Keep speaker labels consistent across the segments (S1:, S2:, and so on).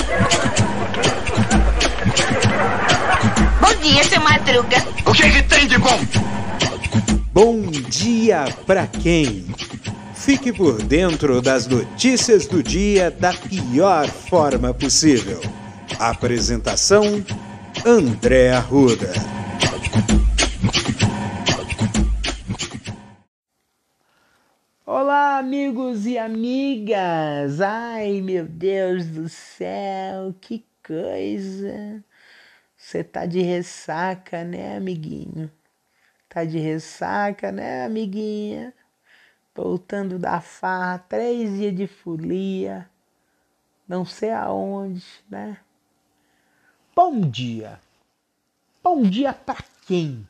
S1: Bom dia, seu Madruga.
S2: O que tem de bom?
S3: Bom dia pra quem? Fique por dentro das notícias do dia da pior forma possível. Apresentação: André Arruda.
S4: Olá, amigos e amigas! Ai, meu Deus do céu, que coisa! Você tá de ressaca, né, amiguinho? Tá de ressaca, né, amiguinha? Voltando da farra, 3 dias de folia, não sei aonde, né? Bom dia! Bom dia pra quem?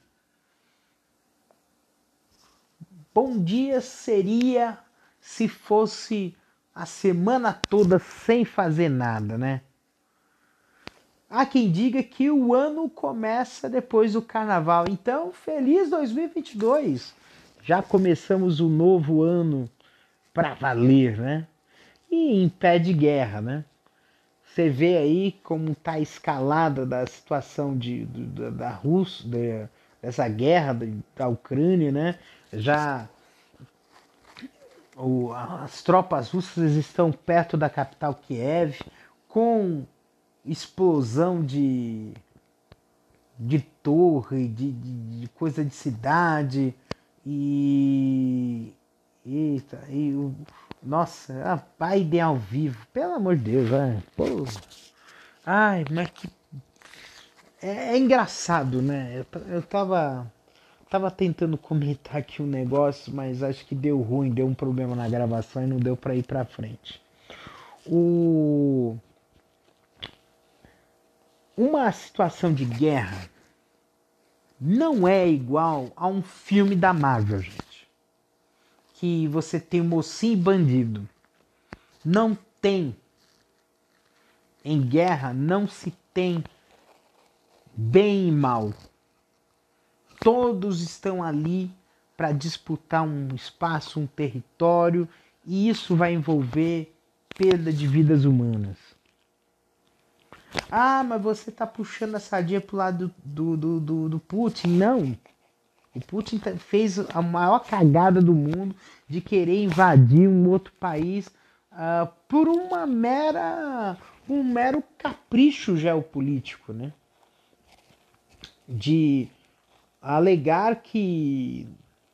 S4: Bom dia seria se fosse a semana toda sem fazer nada, né? Há quem diga que o ano começa depois do carnaval. Então, feliz 2022! Já começamos o novo ano pra valer, né? E em pé de guerra, né? Você vê aí como tá a escalada da situação da Rússia, dessa guerra da Ucrânia, né? Já as tropas russas estão perto da capital Kiev, com explosão de torre, de coisa de cidade, e. Eita, nossa, a Biden ao vivo, pelo amor de Deus, pô. Ai, mas que. É engraçado, né? Eu tava tentando comentar aqui um negócio, mas acho que deu ruim, deu um problema na gravação e não deu pra ir pra frente. Uma situação de guerra não é igual a um filme da Marvel, gente. Que você tem mocinho e bandido. Não tem. Em guerra não se tem bem e mal. Todos estão ali para disputar um espaço, um território, e isso vai envolver perda de vidas humanas. Ah, mas você está puxando a sardinha pro lado do Putin. Não. O Putin fez a maior cagada do mundo de querer invadir um outro país por um mero capricho geopolítico, né? De alegar que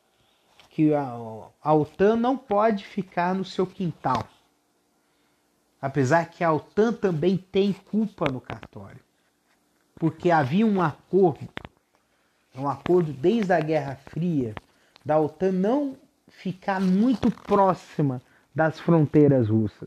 S4: a OTAN não pode ficar no seu quintal. Apesar que a OTAN também tem culpa no cartório. Porque havia um acordo desde a Guerra Fria, da OTAN não ficar muito próxima das fronteiras russas.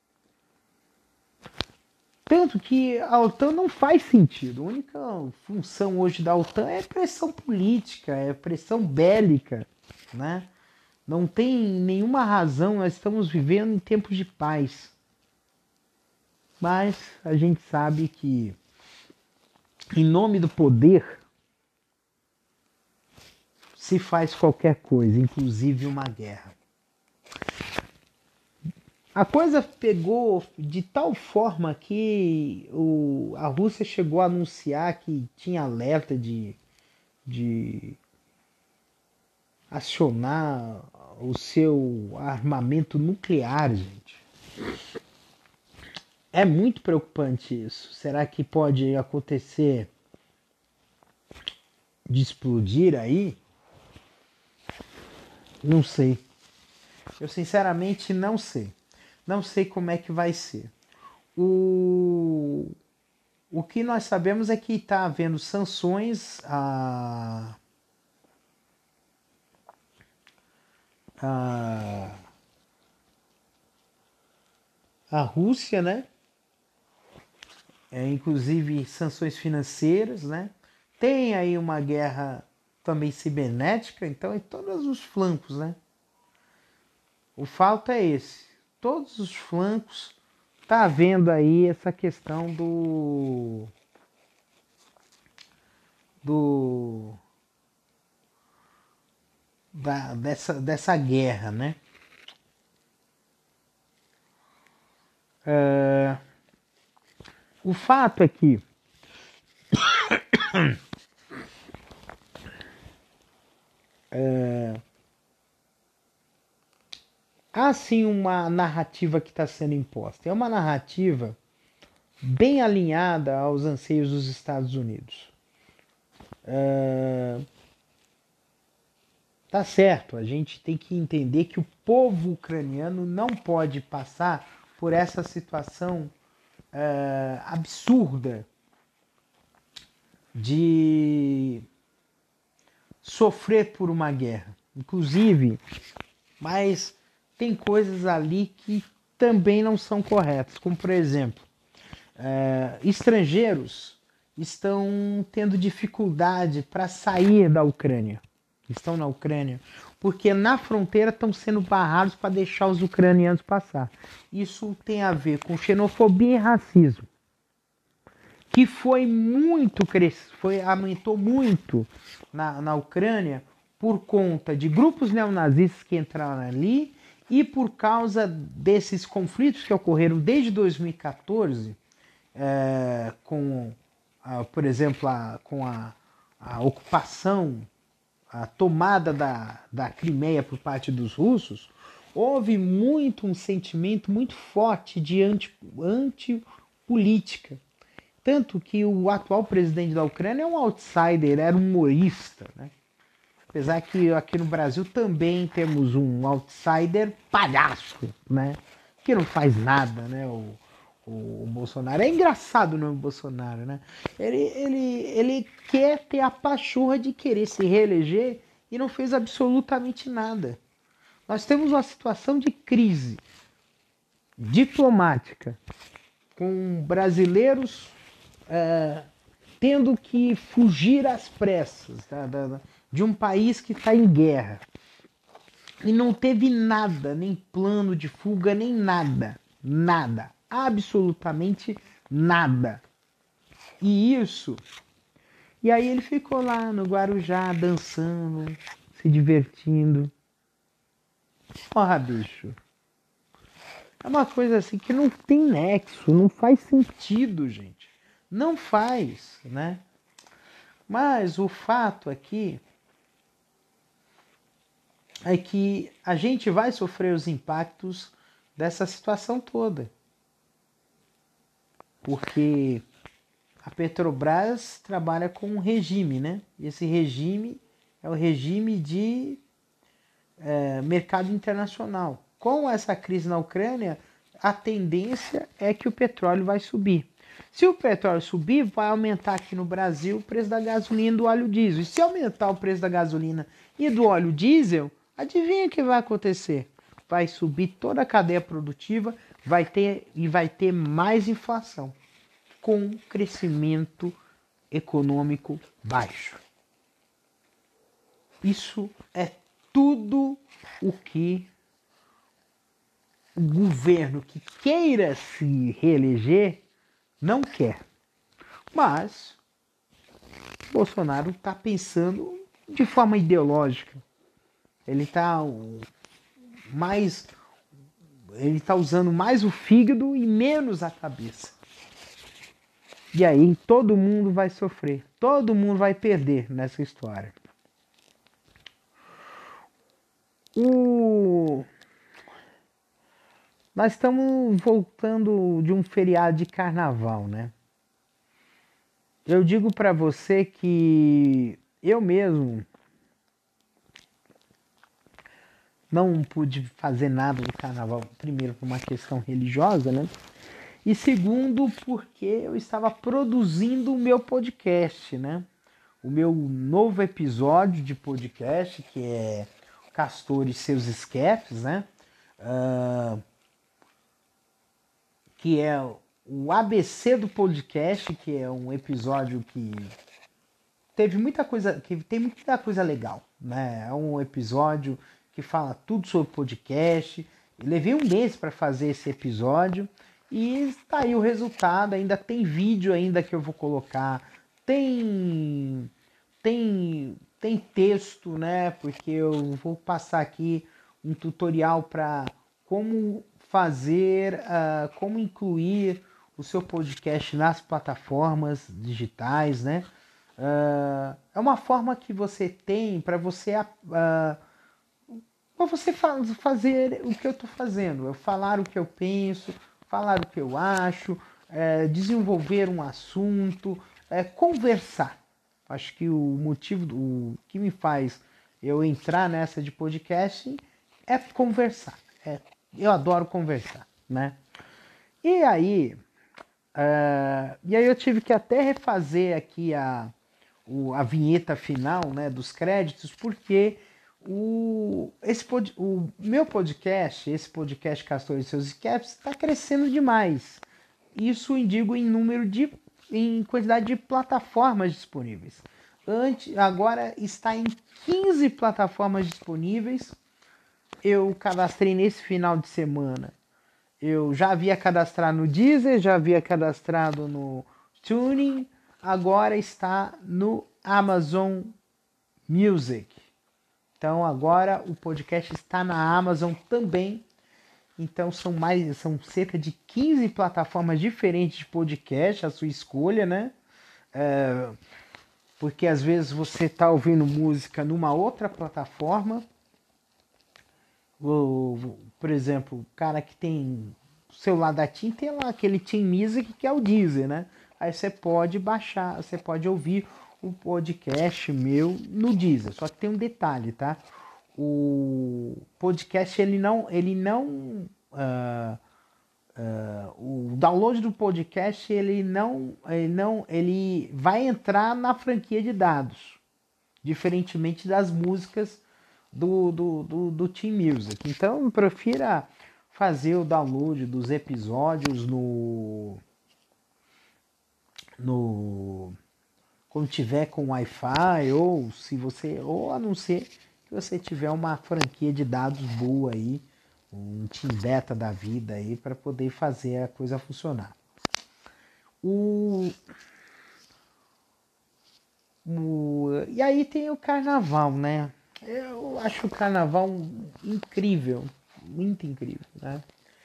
S4: Tanto que a OTAN não faz sentido. A única função hoje da OTAN é pressão política, é pressão bélica, né? Não tem nenhuma razão, nós estamos vivendo em tempos de paz. Mas a gente sabe que, em nome do poder, se faz qualquer coisa, inclusive uma guerra. A coisa pegou de tal forma que a Rússia chegou a anunciar que tinha alerta de acionar o seu armamento nuclear, gente. É muito preocupante isso. Será que pode acontecer de explodir aí? Não sei. Eu sinceramente não sei. Não sei como é que vai ser. O que nós sabemos é que está havendo sanções à Rússia, né? Inclusive sanções financeiras, né? Tem aí uma guerra também cibernética, então em todos os flancos, né? O fato é esse. Todos os flancos tá havendo aí essa questão dessa guerra, né? O fato é que há sim uma narrativa que está sendo imposta. É uma narrativa bem alinhada aos anseios dos Estados Unidos. Tá certo, a gente tem que entender que o povo ucraniano não pode passar por essa situação absurda de sofrer por uma guerra. Inclusive, mas tem coisas ali que também não são corretas, como por exemplo, estrangeiros estão tendo dificuldade para sair da Ucrânia. Estão na Ucrânia porque na fronteira estão sendo barrados para deixar os ucranianos passar. Isso tem a ver com xenofobia e racismo, que aumentou muito na Ucrânia por conta de grupos neonazistas que entraram ali e por causa desses conflitos que ocorreram desde 2014, por exemplo, com a ocupação, a tomada da Crimeia por parte dos russos. Houve um sentimento muito forte de antipolítica. Tanto que o atual presidente da Ucrânia é um outsider, era um humorista, né? Apesar que aqui no Brasil também temos um outsider palhaço, né? Que não faz nada, né? O Bolsonaro. É engraçado o nome Bolsonaro, né? Ele quer ter a pachorra de querer se reeleger e não fez absolutamente nada. Nós temos uma situação de crise diplomática, com brasileiros tendo que fugir às pressas de um país que está em guerra. E não teve nada, nem plano de fuga, nem nada. Nada. Absolutamente nada. E aí ele ficou lá no Guarujá, dançando, se divertindo. Porra, bicho. É uma coisa assim que não tem nexo, não faz sentido, gente. Não faz, né? Mas o fato aqui é que a gente vai sofrer os impactos dessa situação toda. Porque a Petrobras trabalha com um regime, né? E esse regime é o regime de mercado internacional. Com essa crise na Ucrânia, a tendência é que o petróleo vai subir. Se o petróleo subir, vai aumentar aqui no Brasil o preço da gasolina e do óleo diesel. E se aumentar o preço da gasolina e do óleo diesel, adivinha o que vai acontecer? Vai subir toda a cadeia produtiva, vai ter mais inflação, com crescimento econômico baixo. Isso é tudo o que o governo que queira se reeleger não quer. Mas Bolsonaro está pensando de forma ideológica. Ele está usando mais o fígado e menos a cabeça. E aí todo mundo vai sofrer, todo mundo vai perder nessa história. Nós estamos voltando de um feriado de carnaval, né? Eu digo para você que eu mesmo não pude fazer nada do carnaval, primeiro por uma questão religiosa, né? E segundo, porque eu estava produzindo o meu podcast, né? O meu novo episódio de podcast, que é Castor e seus esquetes, né? Que é o ABC do podcast, que é um episódio que tem muita coisa legal, né? É um episódio que fala tudo sobre podcast. Eu levei um mês para fazer esse episódio e está aí o resultado. Ainda tem vídeo ainda que eu vou colocar, tem texto, né? Porque eu vou passar aqui um tutorial para como fazer, como incluir o seu podcast nas plataformas digitais, né? É uma forma que você tem para você fazer o que eu estou fazendo, eu falar o que eu penso, falar o que eu acho, desenvolver um assunto, conversar. Acho que o motivo, o que me faz eu entrar nessa de podcast é conversar. Eu adoro conversar, né? E aí, eu tive que até refazer aqui a vinheta final, né, dos créditos, porque o meu podcast, esse podcast Castor e seus Escapes, está crescendo demais. Isso indico em quantidade de plataformas disponíveis. Agora está em 15 plataformas disponíveis. Eu cadastrei nesse final de semana. Eu já havia cadastrado no Deezer, já havia cadastrado no Tuning, agora está no Amazon Music. Então agora o podcast está na Amazon também. Então são cerca de 15 plataformas diferentes de podcast, a sua escolha, né? Porque às vezes você está ouvindo música numa outra plataforma. Por exemplo, o cara que tem o celular da TIM tem lá aquele TIM Music que é o Deezer, né? Aí você pode baixar, você pode ouvir o podcast meu no Deezer. Só que tem um detalhe, tá? O podcast o download do podcast ele vai entrar na franquia de dados, diferentemente das músicas do Team Music. Então, prefira fazer o download dos episódios quando tiver com Wi-Fi ou a não ser que você tiver uma franquia de dados boa aí, um Team Beta da vida aí para poder fazer a coisa funcionar. E aí tem o carnaval, né? Eu acho o carnaval incrível, muito incrível, né?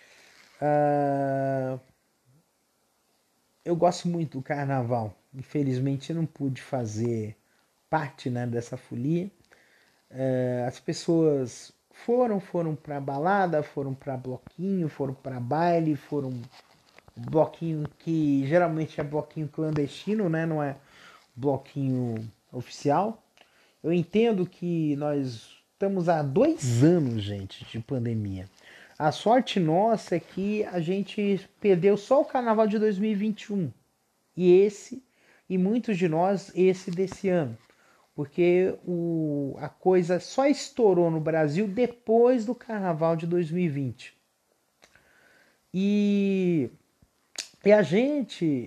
S4: Eu gosto muito do carnaval. Infelizmente eu não pude fazer parte, né, dessa folia. As pessoas foram para balada, foram para bloquinho, foram para baile, foram bloquinho que geralmente é bloquinho clandestino, né? Não é bloquinho oficial. Eu entendo que nós estamos há 2 anos, gente, de pandemia. A sorte nossa é que a gente perdeu só o carnaval de 2021. E muitos de nós, esse desse ano. Porque a coisa só estourou no Brasil depois do carnaval de 2020. E a gente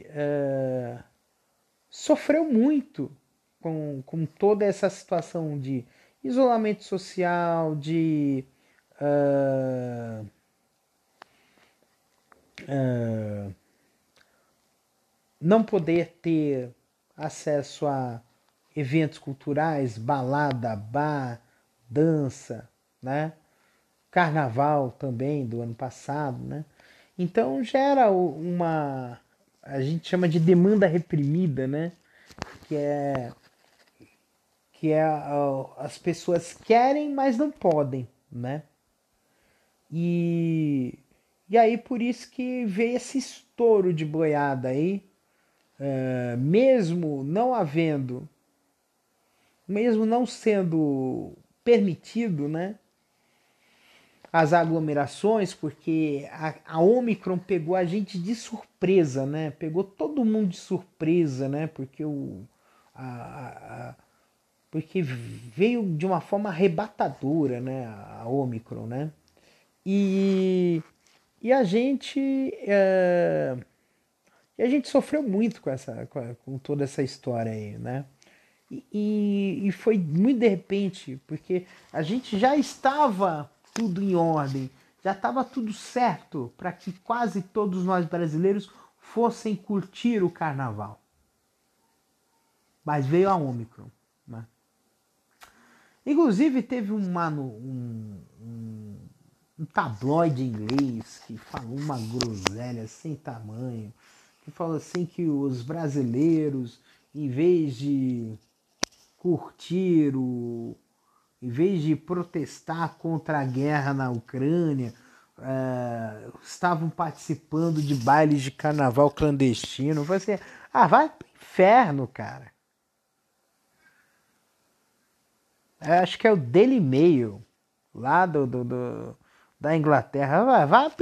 S4: sofreu muito com toda essa situação de isolamento social, de não poder ter acesso a eventos culturais, balada, bar, dança, né? Carnaval também do ano passado, né? Então gera a gente chama de demanda reprimida, né? Que é as pessoas querem, mas não podem, né? E aí por isso que veio esse estouro de boiada aí, mesmo não sendo permitido, né? As aglomerações, porque a Omicron pegou a gente de surpresa, né? Pegou todo mundo de surpresa, né? Porque veio de uma forma arrebatadora, né? A Omicron, né? E a gente sofreu muito com toda essa história aí, né? E foi muito de repente, porque a gente já estava tudo em ordem, já estava tudo certo para que quase todos nós brasileiros fossem curtir o carnaval. Mas veio a Omicron, né? Inclusive teve um tabloide inglês que falou uma groselha sem tamanho, falou assim que os brasileiros, em vez de curtir em vez de protestar contra a guerra na Ucrânia, estavam participando de bailes de carnaval clandestino. Você, vai pro inferno, cara. Eu acho que é o Daily Mail, lá da Inglaterra.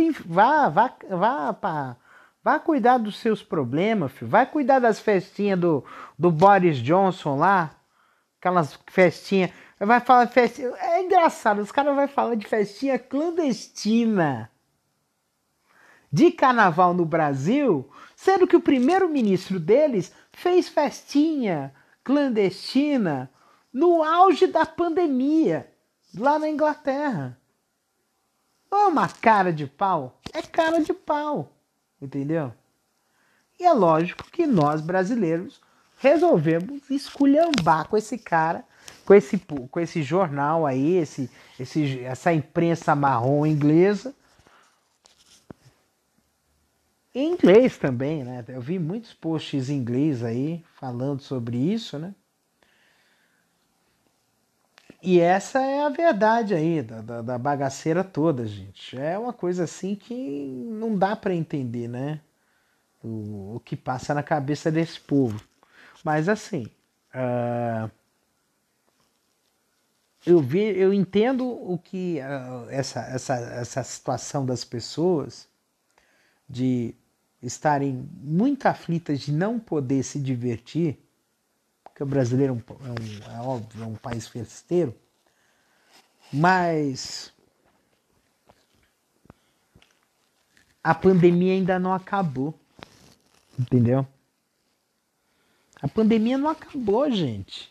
S4: Vá cuidar dos seus problemas, filho. Vai cuidar das festinhas do Boris Johnson lá. Aquelas festinhas. Vai falar festinha. É engraçado, os caras vão falar de festinha clandestina de carnaval no Brasil, sendo que o primeiro-ministro deles fez festinha clandestina no auge da pandemia, lá na Inglaterra. Não é uma cara de pau? É cara de pau, entendeu? E é lógico que nós, brasileiros, resolvemos esculhambar com esse cara, com esse jornal aí, essa imprensa marrom inglesa. Em inglês também, né? Eu vi muitos posts em inglês aí falando sobre isso, né? E essa é a verdade aí da bagaceira toda, gente. É uma coisa assim que não dá para entender, né? O que passa na cabeça desse povo. Mas assim, eu entendo o que essa situação das pessoas de estarem muito aflitas de não poder se divertir, porque o brasileiro é óbvio, é um país festeiro, mas a pandemia ainda não acabou, entendeu? A pandemia não acabou, gente.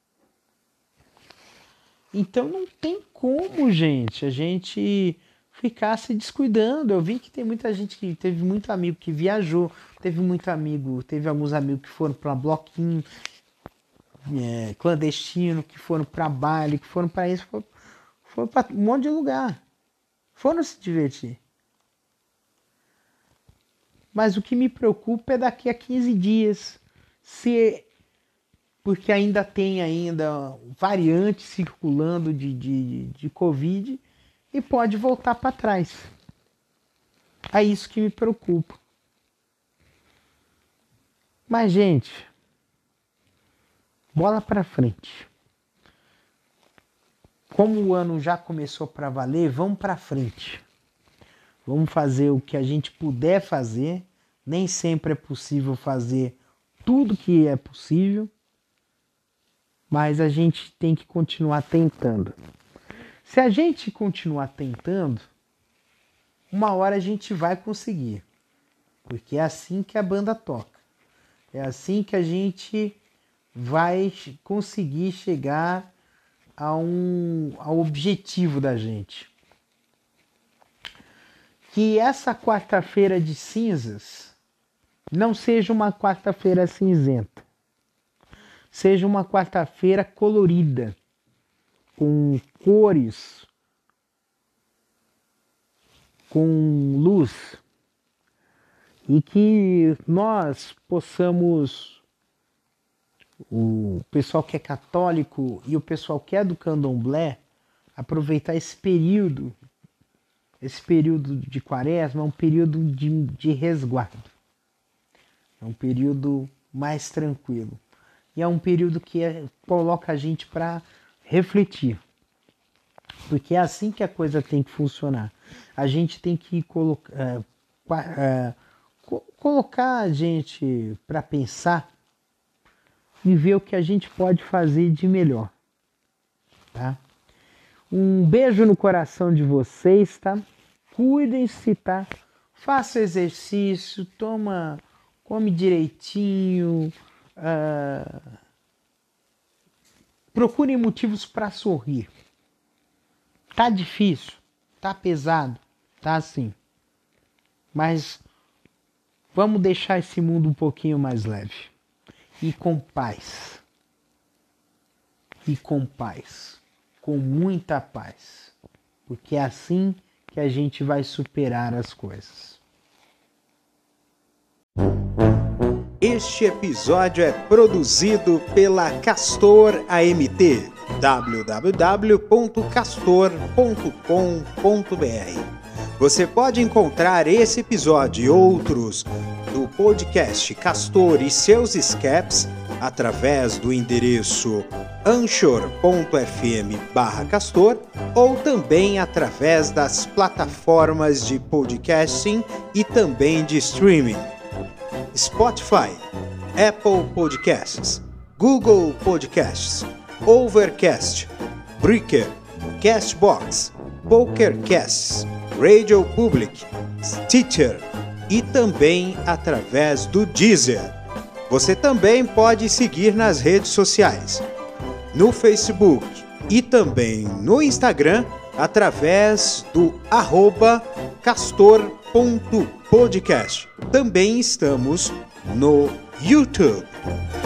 S4: Então não tem como, gente, a gente ficar se descuidando. Eu vi que tem muita gente que teve muito amigo que viajou, teve alguns amigos que foram para bloquinho clandestino, que foram para baile, que foram para isso, foram para um monte de lugar. Foram se divertir. Mas o que me preocupa é daqui a 15 dias, porque ainda tem variantes circulando de Covid e pode voltar para trás. É isso que me preocupa. Mas, gente, bola para frente. Como o ano já começou para valer, vamos para frente. Vamos fazer o que a gente puder fazer. Nem sempre é possível fazer tudo que é possível, mas a gente tem que continuar tentando. Se a gente continuar tentando, uma hora a gente vai conseguir, porque é assim que a banda toca. É assim que a gente vai conseguir chegar ao objetivo da gente. Que essa quarta-feira de cinzas não seja uma quarta-feira cinzenta. Seja uma quarta-feira colorida, com cores, com luz. E que nós possamos, o pessoal que é católico e o pessoal que é do candomblé, aproveitar esse período de quaresma, é um período de resguardo. É um período mais tranquilo. E é um período que coloca a gente para refletir. Porque é assim que a coisa tem que funcionar. A gente tem que colocar a gente para pensar e ver o que a gente pode fazer de melhor. Tá? Um beijo no coração de vocês, tá? Cuidem-se, tá? Faça exercício, come direitinho, procurem motivos para sorrir. Tá difícil, tá pesado, tá assim. Mas vamos deixar esse mundo um pouquinho mais leve. E com paz. E com paz. Com muita paz. Porque é assim que a gente vai superar as coisas.
S3: Este episódio é produzido pela Castor AMT, www.castor.com.br. Você pode encontrar esse episódio e outros do podcast Castor e seus escapes através do endereço anchor.fm/castor ou também através das plataformas de podcasting e também de streaming. Spotify, Apple Podcasts, Google Podcasts, Overcast, Breaker, Castbox, PokerCasts, Radio Public, Stitcher e também através do Deezer. Você também pode seguir nas redes sociais, no Facebook e também no Instagram através do @castor.podcast. Também estamos no YouTube.